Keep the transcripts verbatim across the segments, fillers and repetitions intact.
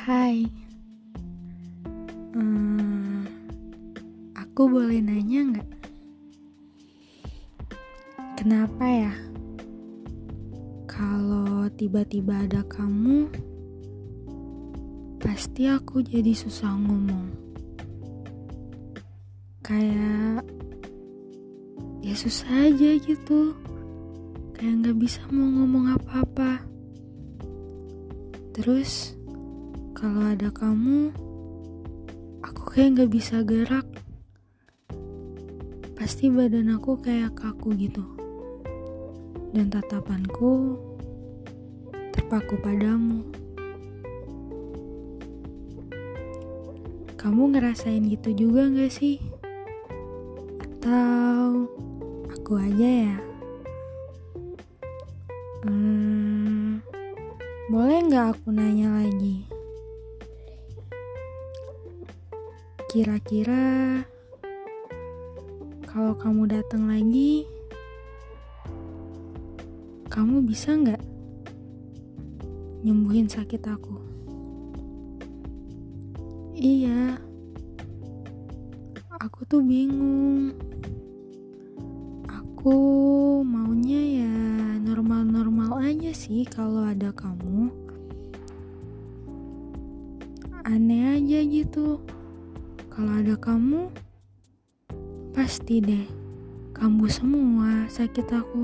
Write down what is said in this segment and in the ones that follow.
Hai, hmm, aku boleh nanya nggak? Kenapa ya? Kalau tiba-tiba ada kamu, pasti aku jadi susah ngomong. Kayak, ya susah aja gitu. Kayak nggak bisa mau ngomong apa-apa. Terus, kalau ada kamu, aku kayak gak bisa gerak. Pasti badan aku kayak kaku gitu. Dan tatapanku terpaku padamu. Kamu ngerasain gitu juga gak sih? Atau aku aja ya? Hmm, boleh gak aku nanya lagi? Kira-kira kalau kamu datang lagi, kamu bisa nggak nyembuhin sakit aku? Iya, aku tuh bingung. Aku maunya ya normal-normal aja sih kalau ada kamu. Aneh aja gitu. Kalau ada kamu, pasti deh kambuh semua sakit aku.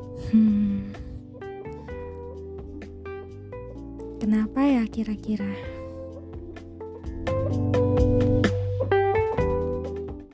Hmm. Kenapa ya kira-kira?